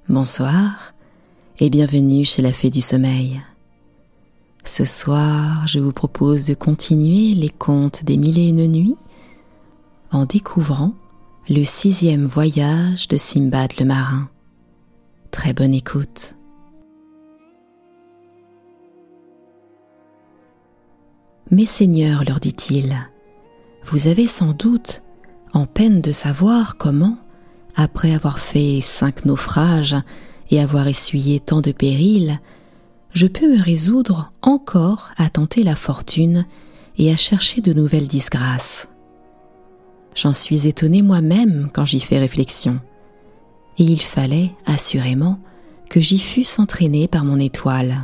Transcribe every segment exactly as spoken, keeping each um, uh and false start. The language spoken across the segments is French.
Bonsoir et bienvenue chez la Fée du Sommeil. Ce soir, je vous propose de continuer les contes des Mille et Une Nuits en découvrant le sixième voyage de Simbad le marin. Très bonne écoute. Mes seigneurs, leur dit-il, vous avez sans doute en peine de savoir comment, après avoir fait cinq naufrages et avoir essuyé tant de périls, je pus me résoudre encore à tenter la fortune et à chercher de nouvelles disgrâces. J'en suis étonné moi-même quand j'y fais réflexion, et il fallait, assurément, que j'y fusse entraîné par mon étoile.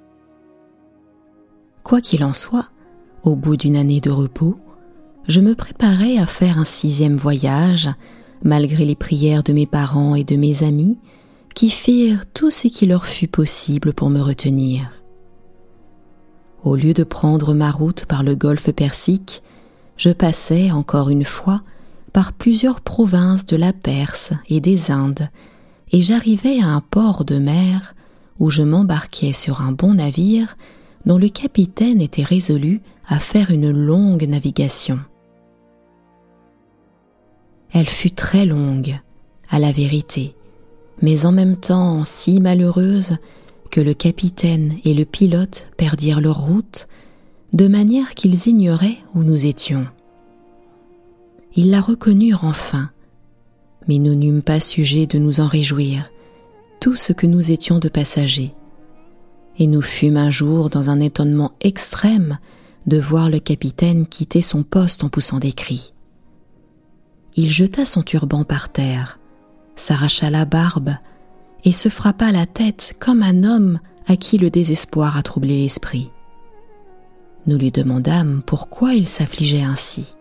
Quoi qu'il en soit, au bout d'une année de repos, je me préparais à faire un sixième voyage, malgré les prières de mes parents et de mes amis, qui firent tout ce qui leur fut possible pour me retenir. Au lieu de prendre ma route par le golfe Persique, je passais encore une fois par plusieurs provinces de la Perse et des Indes, et j'arrivai à un port de mer où je m'embarquai sur un bon navire dont le capitaine était résolu à faire une longue navigation. Elle fut très longue, à la vérité, mais en même temps si malheureuse que le capitaine et le pilote perdirent leur route, de manière qu'ils ignoraient où nous étions. Ils la reconnurent enfin, mais nous n'eûmes pas sujet de nous en réjouir, tout ce que nous étions de passagers, et nous fûmes un jour dans un étonnement extrême de voir le capitaine quitter son poste en poussant des cris. Il jeta son turban par terre, s'arracha la barbe et se frappa la tête comme un homme à qui le désespoir a troublé l'esprit. Nous lui demandâmes pourquoi il s'affligeait ainsi.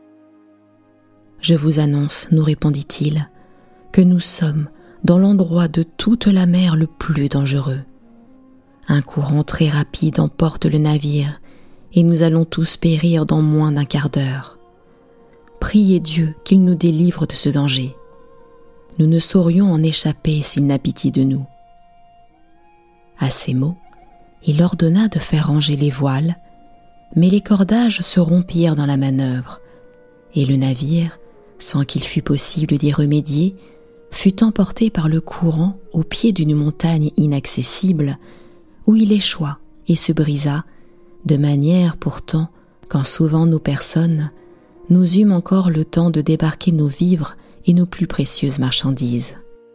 « Je vous annonce, nous répondit-il, que nous sommes dans l'endroit de toute la mer le plus dangereux. Un courant très rapide emporte le navire et nous allons tous périr dans moins d'un quart d'heure. Priez Dieu qu'il nous délivre de ce danger. Nous ne saurions en échapper s'il n'a pitié de nous. » À ces mots, il ordonna de faire ranger les voiles, mais les cordages se rompirent dans la manœuvre, et le navire, sans qu'il fût possible d'y remédier, fut emporté par le courant au pied d'une montagne inaccessible, où il échoua et se brisa, de manière pourtant qu'en sauvant nos personnes, nous eûmes encore le temps de débarquer nos vivres et nos plus précieuses marchandises.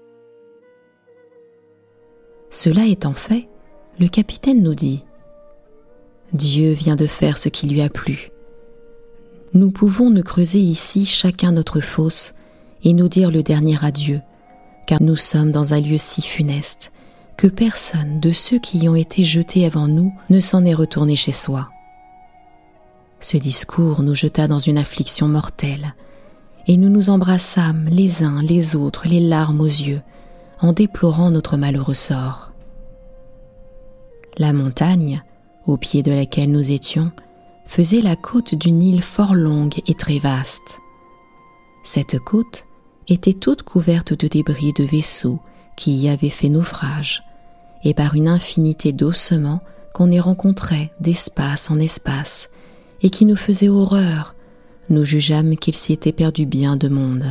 Cela étant fait, le capitaine nous dit « Dieu vient de faire ce qui lui a plu. Nous pouvons nous creuser ici chacun notre fosse et nous dire le dernier adieu, car nous sommes dans un lieu si funeste que personne de ceux qui y ont été jetés avant nous ne s'en est retourné chez soi. » Ce discours nous jeta dans une affliction mortelle, et nous nous embrassâmes les uns les autres, les larmes aux yeux, en déplorant notre malheureux sort. La montagne, au pied de laquelle nous étions, faisait la côte d'une île fort longue et très vaste. Cette côte était toute couverte de débris de vaisseaux qui y avaient fait naufrage, et par une infinité d'ossements qu'on y rencontrait d'espace en espace, et qui nous faisait horreur, nous jugeâmes qu'il s'y était perdu bien de monde.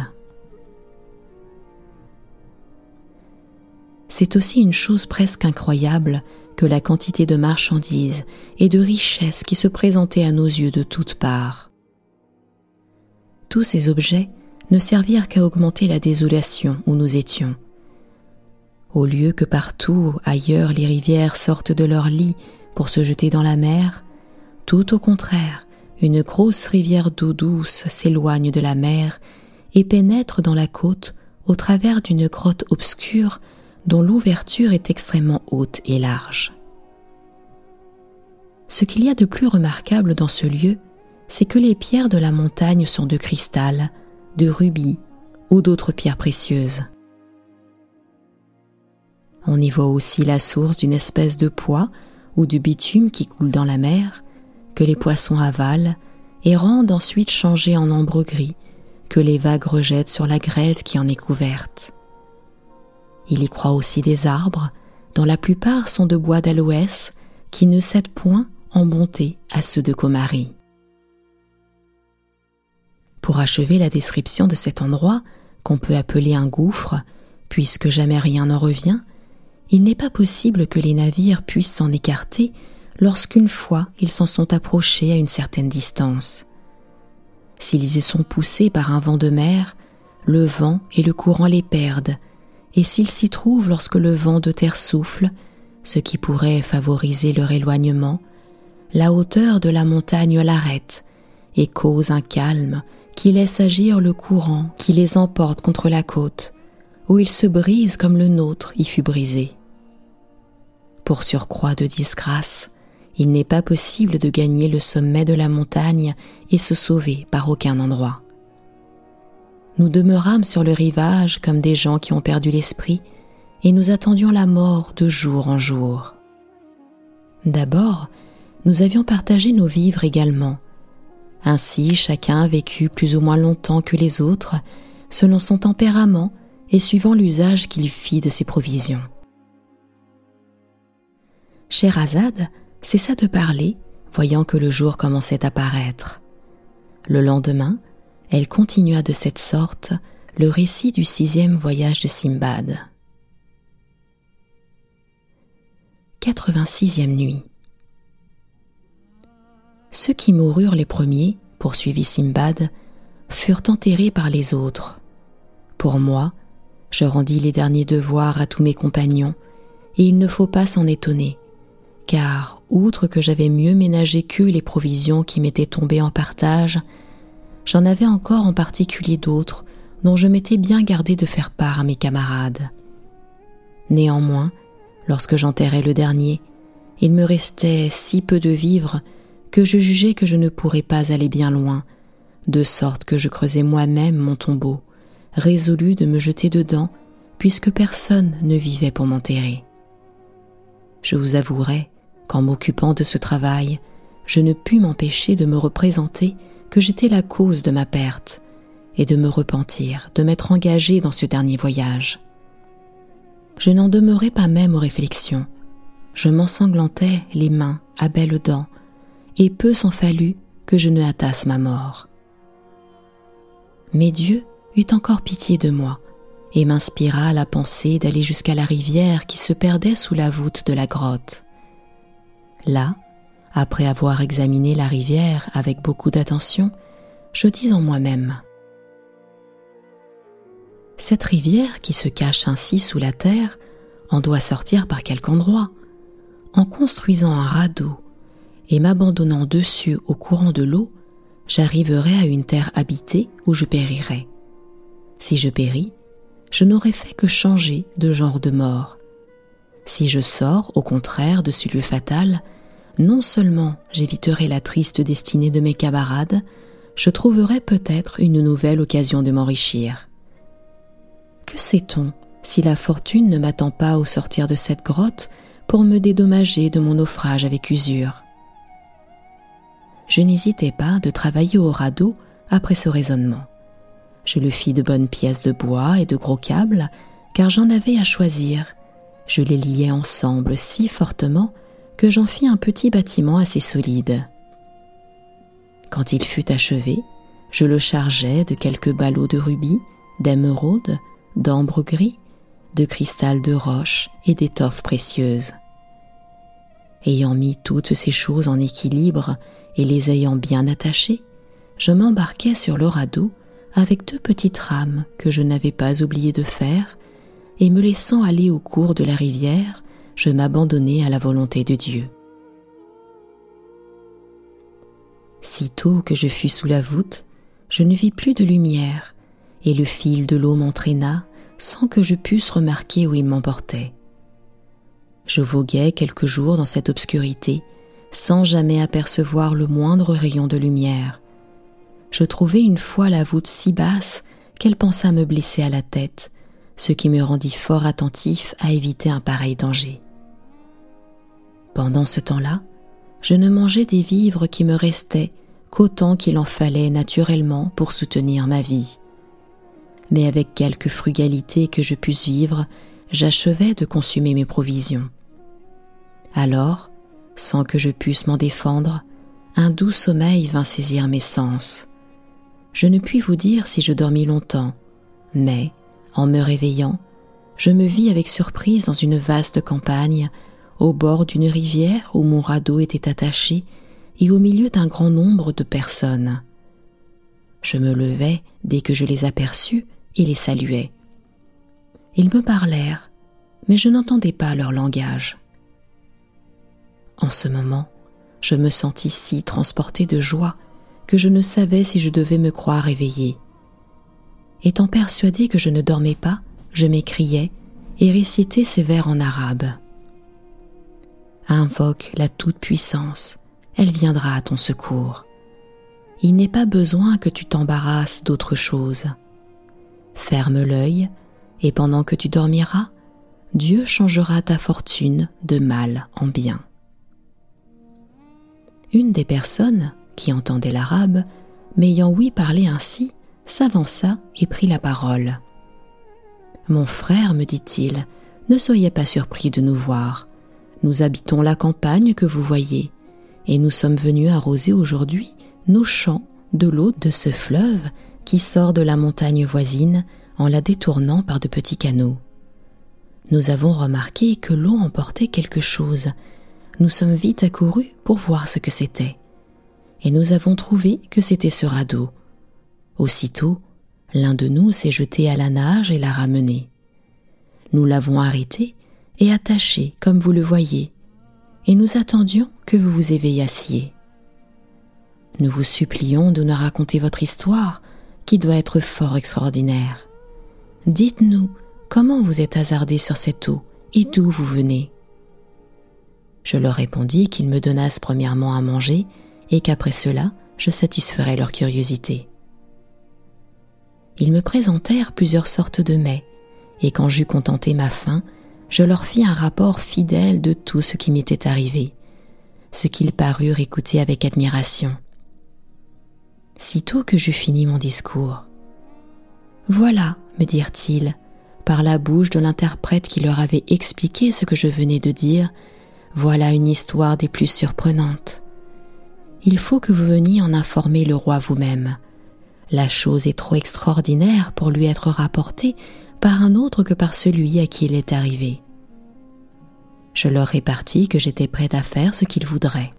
C'est aussi une chose presque incroyable que la quantité de marchandises et de richesses qui se présentaient à nos yeux de toutes parts. Tous ces objets ne servirent qu'à augmenter la désolation où nous étions. Au lieu que partout ailleurs les rivières sortent de leur lit pour se jeter dans la mer, tout au contraire, une grosse rivière d'eau douce s'éloigne de la mer et pénètre dans la côte au travers d'une grotte obscure dont l'ouverture est extrêmement haute et large. Ce qu'il y a de plus remarquable dans ce lieu, c'est que les pierres de la montagne sont de cristal, de rubis ou d'autres pierres précieuses. On y voit aussi la source d'une espèce de pois ou de bitume qui coule dans la mer, que les poissons avalent et rendent ensuite changer en ambre gris, que les vagues rejettent sur la grève qui en est couverte. Il y croît aussi des arbres, dont la plupart sont de bois d'aloès, qui ne cèdent point en bonté à ceux de Komari. Pour achever la description de cet endroit, qu'on peut appeler un gouffre, puisque jamais rien n'en revient, il n'est pas possible que les navires puissent s'en écarter lorsqu'une fois ils s'en sont approchés à une certaine distance. S'ils y sont poussés par un vent de mer, le vent et le courant les perdent, et s'ils s'y trouvent lorsque le vent de terre souffle, ce qui pourrait favoriser leur éloignement, la hauteur de la montagne l'arrête et cause un calme qui laisse agir le courant qui les emporte contre la côte, où ils se brisent comme le nôtre y fut brisé. Pour surcroît de disgrâce, il n'est pas possible de gagner le sommet de la montagne et se sauver par aucun endroit. Nous demeurâmes sur le rivage comme des gens qui ont perdu l'esprit, et nous attendions la mort de jour en jour. D'abord, nous avions partagé nos vivres également. Ainsi, chacun vécut plus ou moins longtemps que les autres, selon son tempérament et suivant l'usage qu'il fit de ses provisions. Scheherazade cessa de parler, voyant que le jour commençait à paraître. Le lendemain, elle continua de cette sorte le récit du sixième voyage de Simbad. quatre-vingt-sixième nuit. Ceux qui moururent les premiers, poursuivit Simbad, furent enterrés par les autres. Pour moi, je rendis les derniers devoirs à tous mes compagnons, et il ne faut pas s'en étonner, car, outre que j'avais mieux ménagé qu'eux les provisions qui m'étaient tombées en partage, j'en avais encore en particulier d'autres dont je m'étais bien gardé de faire part à mes camarades. Néanmoins, lorsque j'enterrai le dernier, il me restait si peu de vivres que je jugeai que je ne pourrais pas aller bien loin, de sorte que je creusai moi-même mon tombeau, résolu de me jeter dedans, puisque personne ne vivait pour m'enterrer. Je vous avouerai qu'en m'occupant de ce travail, je ne pus m'empêcher de me représenter que j'étais la cause de ma perte, et de me repentir de m'être engagé dans ce dernier voyage. Je n'en demeurai pas même aux réflexions. Je m'ensanglantais les mains à belles dents, et peu s'en fallut que je ne hâtasse ma mort. Mais Dieu eut encore pitié de moi, et m'inspira la pensée d'aller jusqu'à la rivière qui se perdait sous la voûte de la grotte. Là, après avoir examiné la rivière avec beaucoup d'attention, je dis en moi-même: cette rivière qui se cache ainsi sous la terre en doit sortir par quelque endroit. En construisant un radeau et m'abandonnant dessus au courant de l'eau, j'arriverai à une terre habitée où je périrai. Si je péris, je n'aurai fait que changer de genre de mort. Si je sors, au contraire, de ce lieu fatal, non seulement j'éviterai la triste destinée de mes camarades, je trouverai peut-être une nouvelle occasion de m'enrichir. Que sait-on si la fortune ne m'attend pas au sortir de cette grotte pour me dédommager de mon naufrage avec usure? Je n'hésitai pas de travailler au radeau après ce raisonnement. Je le fis de bonnes pièces de bois et de gros câbles, car j'en avais à choisir. Je les liai ensemble si fortement que j'en fis un petit bâtiment assez solide. Quand il fut achevé, je le chargeai de quelques ballots de rubis, d'émeraudes, d'ambre gris, de cristal de roche et d'étoffes précieuses. Ayant mis toutes ces choses en équilibre et les ayant bien attachées, je m'embarquai sur le radeau avec deux petites rames que je n'avais pas oublié de faire, et me laissant aller au cours de la rivière, je m'abandonnai à la volonté de Dieu. Sitôt que je fus sous la voûte, je ne vis plus de lumière, et le fil de l'eau m'entraîna sans que je pusse remarquer où il m'emportait. Je voguai quelques jours dans cette obscurité, sans jamais apercevoir le moindre rayon de lumière. Je trouvai une fois la voûte si basse qu'elle pensa me blesser à la tête, ce qui me rendit fort attentif à éviter un pareil danger. Pendant ce temps-là, je ne mangeais des vivres qui me restaient qu'autant qu'il en fallait naturellement pour soutenir ma vie. Mais avec quelque frugalité que je pusse vivre, j'achevais de consumer mes provisions. Alors, sans que je pusse m'en défendre, un doux sommeil vint saisir mes sens. Je ne puis vous dire si je dormis longtemps, mais, en me réveillant, je me vis avec surprise dans une vaste campagne, au bord d'une rivière où mon radeau était attaché et au milieu d'un grand nombre de personnes. Je me levai dès que je les aperçus et les saluai. Ils me parlèrent, mais je n'entendais pas leur langage. En ce moment, je me sentis si transporté de joie que je ne savais si je devais me croire éveillé. Étant persuadé que je ne dormais pas, je m'écriai et récitai ces vers en arabe. Invoque la toute-puissance, elle viendra à ton secours. Il n'est pas besoin que tu t'embarrasses d'autre chose. Ferme l'œil, et pendant que tu dormiras, Dieu changera ta fortune de mal en bien. Une des personnes, qui entendait l'arabe, m'ayant ouï parler ainsi, s'avança et prit la parole. « Mon frère, me dit-il, ne soyez pas surpris de nous voir. Nous habitons la campagne que vous voyez, et nous sommes venus arroser aujourd'hui nos champs de l'eau de ce fleuve qui sort de la montagne voisine en la détournant par de petits canaux. Nous avons remarqué que l'eau emportait quelque chose. Nous sommes vite accourus pour voir ce que c'était, et nous avons trouvé que c'était ce radeau. Aussitôt, l'un de nous s'est jeté à la nage et l'a ramené. Nous l'avons arrêté et attaché comme vous le voyez, et nous attendions que vous vous éveillassiez. Nous vous supplions de nous raconter votre histoire, qui doit être fort extraordinaire. Dites-nous comment vous êtes hasardé sur cette eau et d'où vous venez. » Je leur répondis qu'ils me donnassent premièrement à manger et qu'après cela, je satisferais leur curiosité. Ils me présentèrent plusieurs sortes de mets, et quand j'eus contenté ma faim, je leur fis un rapport fidèle de tout ce qui m'était arrivé, ce qu'ils parurent écouter avec admiration. Sitôt que j'eus fini mon discours, « Voilà, me dirent-ils, par la bouche de l'interprète qui leur avait expliqué ce que je venais de dire, voilà une histoire des plus surprenantes. Il faut que vous veniez en informer le roi vous-même. La chose est trop extraordinaire pour lui être rapportée par un autre que par celui à qui il est arrivé. » Je leur répartis que j'étais prête à faire ce qu'ils voudraient.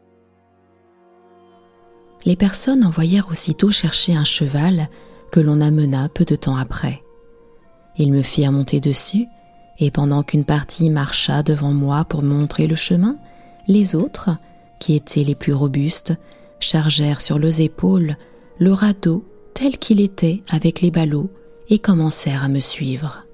Les personnes envoyèrent aussitôt chercher un cheval que l'on amena peu de temps après. Ils me firent monter dessus, et pendant qu'une partie marcha devant moi pour me montrer le chemin, les autres, qui étaient les plus robustes, chargèrent sur leurs épaules le radeau tel qu'il était avec les ballots et commencèrent à me suivre.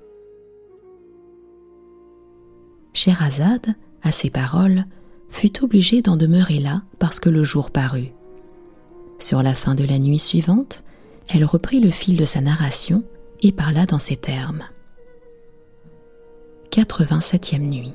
Scheherazade, à ces paroles, fut obligée d'en demeurer là parce que le jour parut. Sur la fin de la nuit suivante, elle reprit le fil de sa narration et parla dans ces termes. quatre-vingt-septième nuit.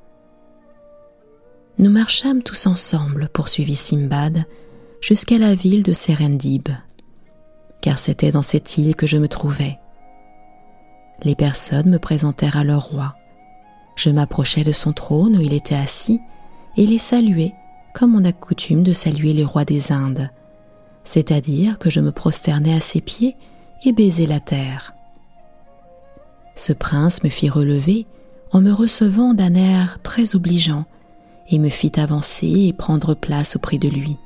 Nous marchâmes tous ensemble, poursuivit Simbad, jusqu'à la ville de Serendib, car c'était dans cette île que je me trouvais. Les personnes me présentèrent à leur roi. Je m'approchai de son trône où il était assis et les saluai comme on a coutume de saluer les rois des Indes, c'est-à-dire que je me prosternai à ses pieds et baisai la terre. Ce prince me fit relever en me recevant d'un air très obligeant et me fit avancer et prendre place auprès de lui.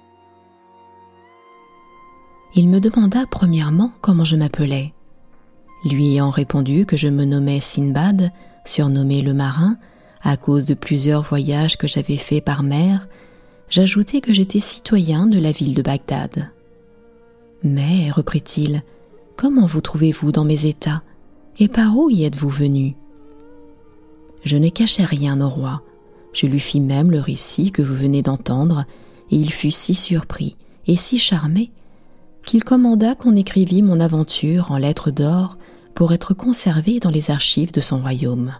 Il me demanda premièrement comment je m'appelais. Lui ayant répondu que je me nommais Sinbad, surnommé le marin, à cause de plusieurs voyages que j'avais faits par mer, j'ajoutai que j'étais citoyen de la ville de Bagdad. « Mais, reprit-il, comment vous trouvez-vous dans mes états, et par où y êtes-vous venu ?» Je ne cachai rien au roi. Je lui fis même le récit que vous venez d'entendre, et il fut si surpris et si charmé qu'il commanda qu'on écrivît mon aventure en lettres d'or pour être conservée dans les archives de son royaume.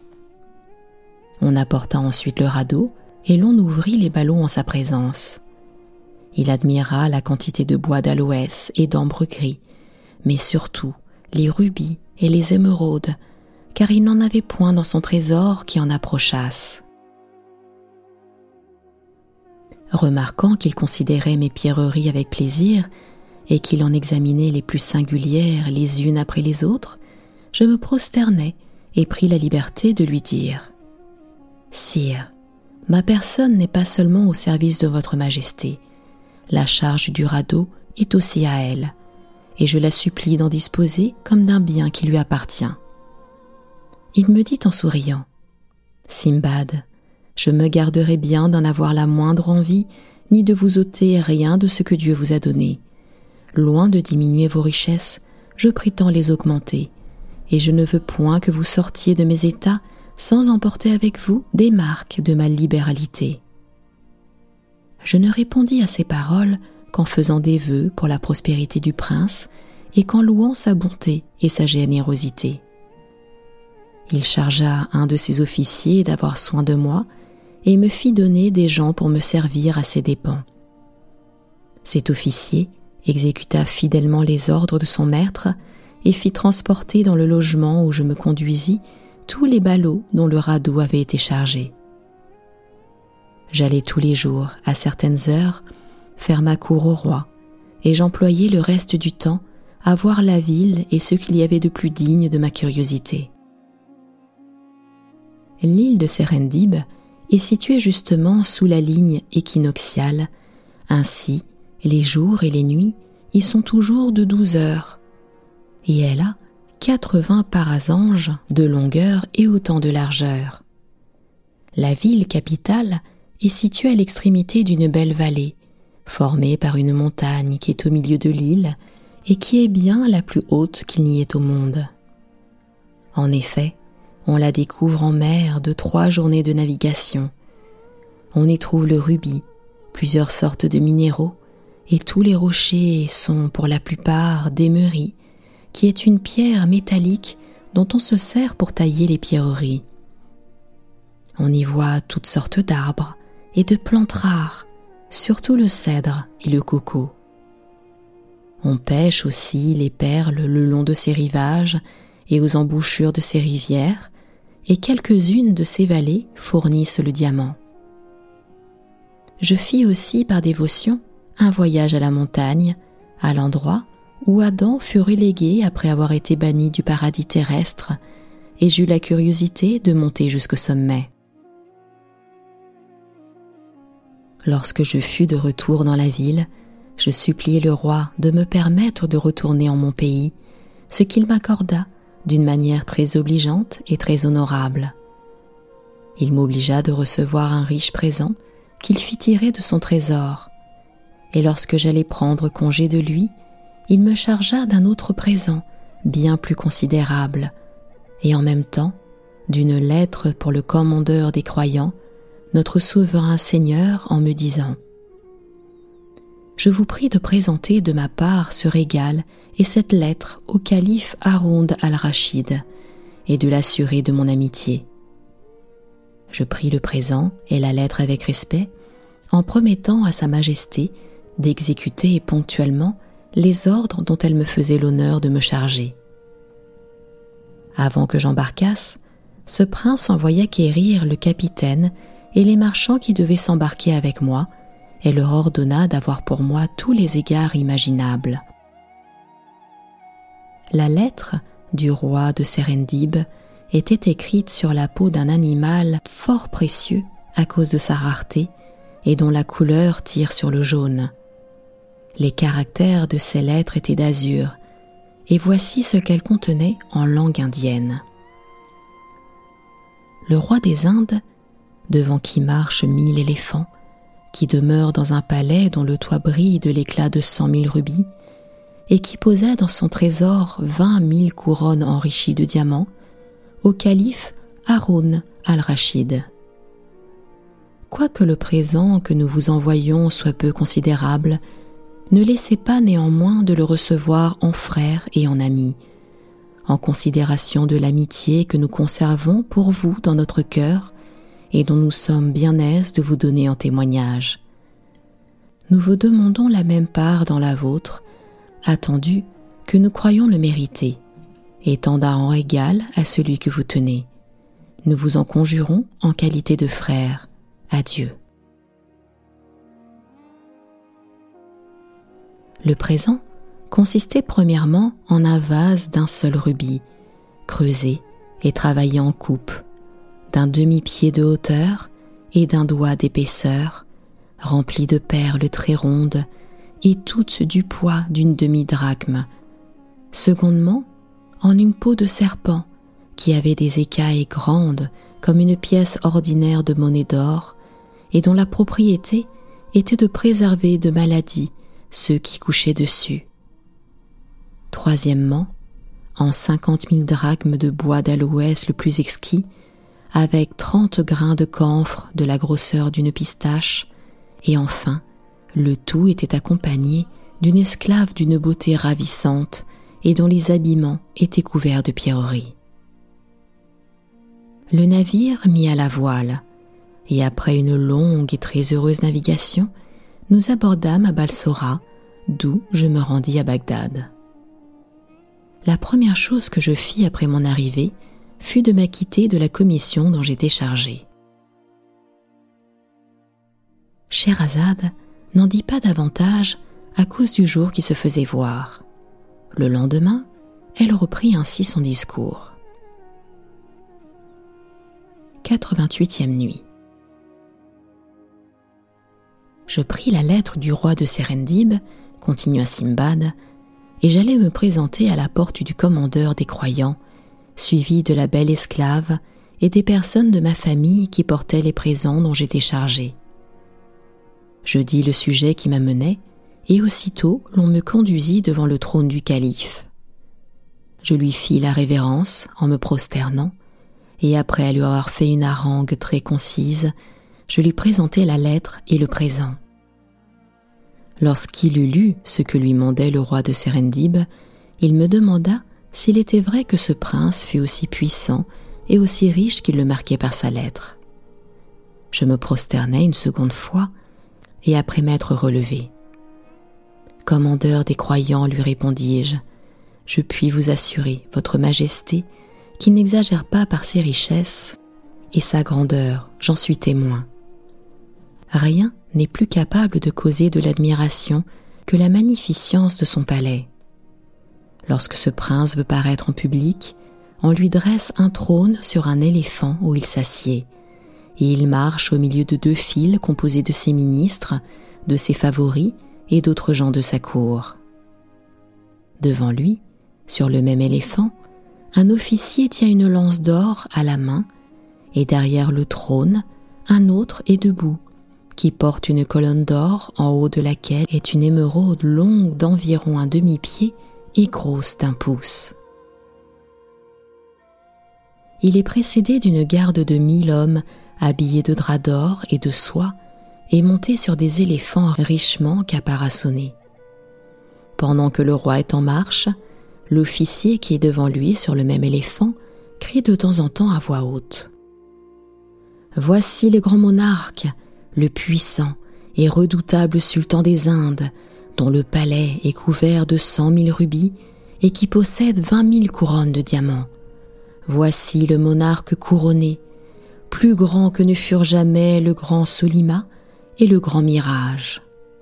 On apporta ensuite le radeau et l'on ouvrit les ballots en sa présence. Il admira la quantité de bois d'aloès et d'ambre gris, mais surtout les rubis et les émeraudes, car il n'en avait point dans son trésor qui en approchasse. Remarquant qu'il considérait mes pierreries avec plaisir et qu'il en examinait les plus singulières les unes après les autres, je me prosternai et pris la liberté de lui dire « Sire, ma personne n'est pas seulement au service de votre majesté, la charge du radeau est aussi à elle, et je la supplie d'en disposer comme d'un bien qui lui appartient. » Il me dit en souriant « Simbad, je me garderai bien d'en avoir la moindre envie, ni de vous ôter rien de ce que Dieu vous a donné. Loin de diminuer vos richesses, je prétends les augmenter, et je ne veux point que vous sortiez de mes états sans emporter avec vous des marques de ma libéralité. » Je ne répondis à ces paroles qu'en faisant des vœux pour la prospérité du prince et qu'en louant sa bonté et sa générosité. Il chargea un de ses officiers d'avoir soin de moi et me fit donner des gens pour me servir à ses dépens. Cet officier exécuta fidèlement les ordres de son maître et fit transporter dans le logement où je me conduisis tous les ballots dont le radeau avait été chargé. J'allais tous les jours, à certaines heures, faire ma cour au roi, et j'employais le reste du temps à voir la ville et ce qu'il y avait de plus digne de ma curiosité. L'île de Serendib est située justement sous la ligne équinoxiale, ainsi les jours et les nuits y sont toujours de douze heures, et elle a quatre-vingts parasanges de longueur et autant de largeur. La ville capitale est située à l'extrémité d'une belle vallée, formée par une montagne qui est au milieu de l'île et qui est bien la plus haute qu'il n'y ait au monde. En effet, on la découvre en mer de trois journées de navigation. On y trouve le rubis, plusieurs sortes de minéraux, et tous les rochers sont pour la plupart d'émery, qui est une pierre métallique dont on se sert pour tailler les pierreries. On y voit toutes sortes d'arbres et de plantes rares, surtout le cèdre et le coco. On pêche aussi les perles le long de ces rivages et aux embouchures de ces rivières, et quelques-unes de ces vallées fournissent le diamant. Je fis aussi par dévotion un voyage à la montagne, à l'endroit où Adam fut relégué après avoir été banni du paradis terrestre, et j'eus la curiosité de monter jusqu'au sommet. Lorsque je fus de retour dans la ville, je suppliai le roi de me permettre de retourner en mon pays, ce qu'il m'accorda d'une manière très obligeante et très honorable. Il m'obligea de recevoir un riche présent qu'il fit tirer de son trésor, et lorsque j'allais prendre congé de lui, il me chargea d'un autre présent bien plus considérable, et en même temps d'une lettre pour le commandeur des croyants, notre souverain Seigneur, en me disant « Je vous prie de présenter de ma part ce régal et cette lettre au calife Haroun al-Rachid et de l'assurer de mon amitié. » Je pris le présent et la lettre avec respect, en promettant à sa majesté d'exécuter ponctuellement les ordres dont elle me faisait l'honneur de me charger. Avant que j'embarquasse, ce prince envoya quérir le capitaine et les marchands qui devaient s'embarquer avec moi, et leur ordonna d'avoir pour moi tous les égards imaginables. La lettre du roi de Serendib était écrite sur la peau d'un animal fort précieux à cause de sa rareté et dont la couleur tire sur le jaune. Les caractères de ces lettres étaient d'azur, et voici ce qu'elles contenaient en langue indienne. Le roi des Indes, devant qui marchent mille éléphants, qui demeure dans un palais dont le toit brille de l'éclat de cent mille rubis, et qui possède dans son trésor vingt mille couronnes enrichies de diamants, au calife Haroun al-Rachid. Quoique le présent que nous vous envoyons soit peu considérable, ne laissez pas néanmoins de le recevoir en frère et en ami, en considération de l'amitié que nous conservons pour vous dans notre cœur et dont nous sommes bien aises de vous donner en témoignage. Nous vous demandons la même part dans la vôtre, attendu que nous croyons le mériter, étant d'un rang égal à celui que vous tenez. Nous vous en conjurons en qualité de frères. Adieu. Le présent consistait premièrement en un vase d'un seul rubis, creusé et travaillé en coupe, d'un demi-pied de hauteur et d'un doigt d'épaisseur, rempli de perles très rondes et toutes du poids d'une demi-drachme. Secondement, en une peau de serpent qui avait des écailles grandes comme une pièce ordinaire de monnaie d'or et dont la propriété était de préserver de maladie ceux qui couchaient dessus. Troisièmement, en cinquante mille drachmes de bois d'aloès le plus exquis, avec trente grains de camphre de la grosseur d'une pistache, et enfin, le tout était accompagné d'une esclave d'une beauté ravissante et dont les habillements étaient couverts de pierreries. Le navire mit à la voile, et après une longue et très heureuse navigation, nous abordâmes à Balsora, d'où je me rendis à Bagdad. La première chose que je fis après mon arrivée fut de m'acquitter de la commission dont j'étais chargée. Scheherazade n'en dit pas davantage à cause du jour qui se faisait voir. Le lendemain, elle reprit ainsi son discours. quatre-vingt-huitième nuit. Je pris la lettre du roi de Serendib, continua Simbad, et j'allais me présenter à la porte du commandeur des croyants, suivi de la belle esclave et des personnes de ma famille qui portaient les présents dont j'étais chargé. Je dis le sujet qui m'amenait, et aussitôt l'on me conduisit devant le trône du calife. Je lui fis la révérence en me prosternant, et après lui avoir fait une harangue très concise, je lui présentai la lettre et le présent. Lorsqu'il eut lu ce que lui mandait le roi de Serendib, il me demanda s'il était vrai que ce prince fût aussi puissant et aussi riche qu'il le marquait par sa lettre. Je me prosternai une seconde fois, et après m'être relevé. « Commandeur des croyants, lui répondis-je, je puis vous assurer, votre majesté, qu'il n'exagère pas par ses richesses et sa grandeur, j'en suis témoin. Rien n'est plus capable de causer de l'admiration que la magnificence de son palais. Lorsque ce prince veut paraître en public, on lui dresse un trône sur un éléphant où il s'assied, et il marche au milieu de deux files composées de ses ministres, de ses favoris et d'autres gens de sa cour. Devant lui, sur le même éléphant, un officier tient une lance d'or à la main, et derrière le trône, un autre est debout, qui porte une colonne d'or en haut de laquelle est une émeraude longue d'environ un demi-pied et grosse d'un pouce. Il est précédé d'une garde de mille hommes habillés de drap d'or et de soie et montés sur des éléphants richement caparaçonnés. Pendant que le roi est en marche, l'officier qui est devant lui sur le même éléphant crie de temps en temps à voix haute. « Voici le grand monarque, le puissant et redoutable sultan des Indes, dont le palais est couvert de cent mille rubis et qui possède vingt mille couronnes de diamants. Voici le monarque couronné, plus grand que ne furent jamais le grand Solima et le grand Mirage. »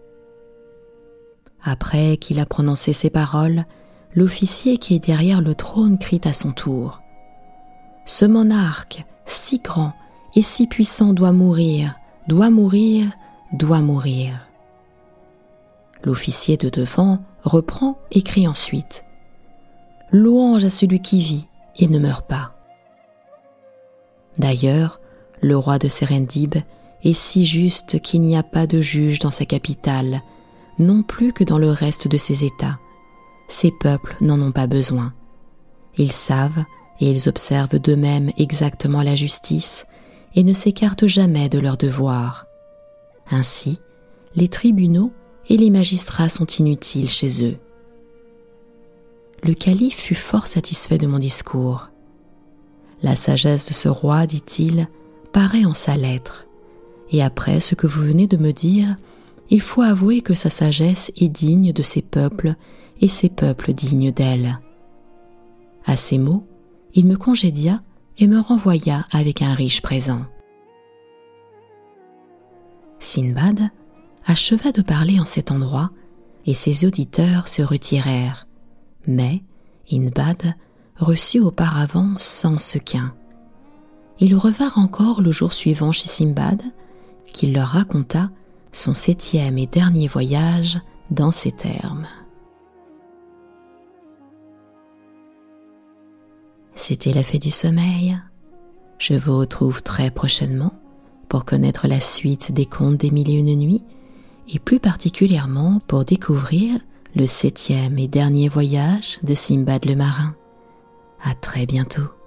Après qu'il a prononcé ces paroles, l'officier qui est derrière le trône crie à son tour. « Ce monarque, si grand et si puissant doit mourir, doit mourir, doit mourir. » L'officier de devant reprend et crie ensuite. « Louange à celui qui vit et ne meurt pas. » D'ailleurs, le roi de Serendib est si juste qu'il n'y a pas de juge dans sa capitale, non plus que dans le reste de ses États. Ces peuples n'en ont pas besoin. Ils savent et ils observent d'eux-mêmes exactement la justice et ne s'écartent jamais de leurs devoirs. Ainsi, les tribunaux et les magistrats sont inutiles chez eux. Le calife fut fort satisfait de mon discours. La sagesse de ce roi, dit-il, paraît en sa lettre, et après ce que vous venez de me dire, il faut avouer que sa sagesse est digne de ses peuples et ses peuples dignes d'elle. À ces mots, il me congédia et me renvoya avec un riche présent. Sindbad acheva de parler en cet endroit et ses auditeurs se retirèrent, mais Hindbad reçut auparavant cent sequins. Ils revinrent encore le jour suivant chez Sindbad, qui leur raconta son septième et dernier voyage dans ces termes. C'était la Fée du Sommeil. Je vous retrouve très prochainement pour connaître la suite des contes des Mille et Une Nuits et plus particulièrement pour découvrir le septième et dernier voyage de Sindbad le marin. À très bientôt.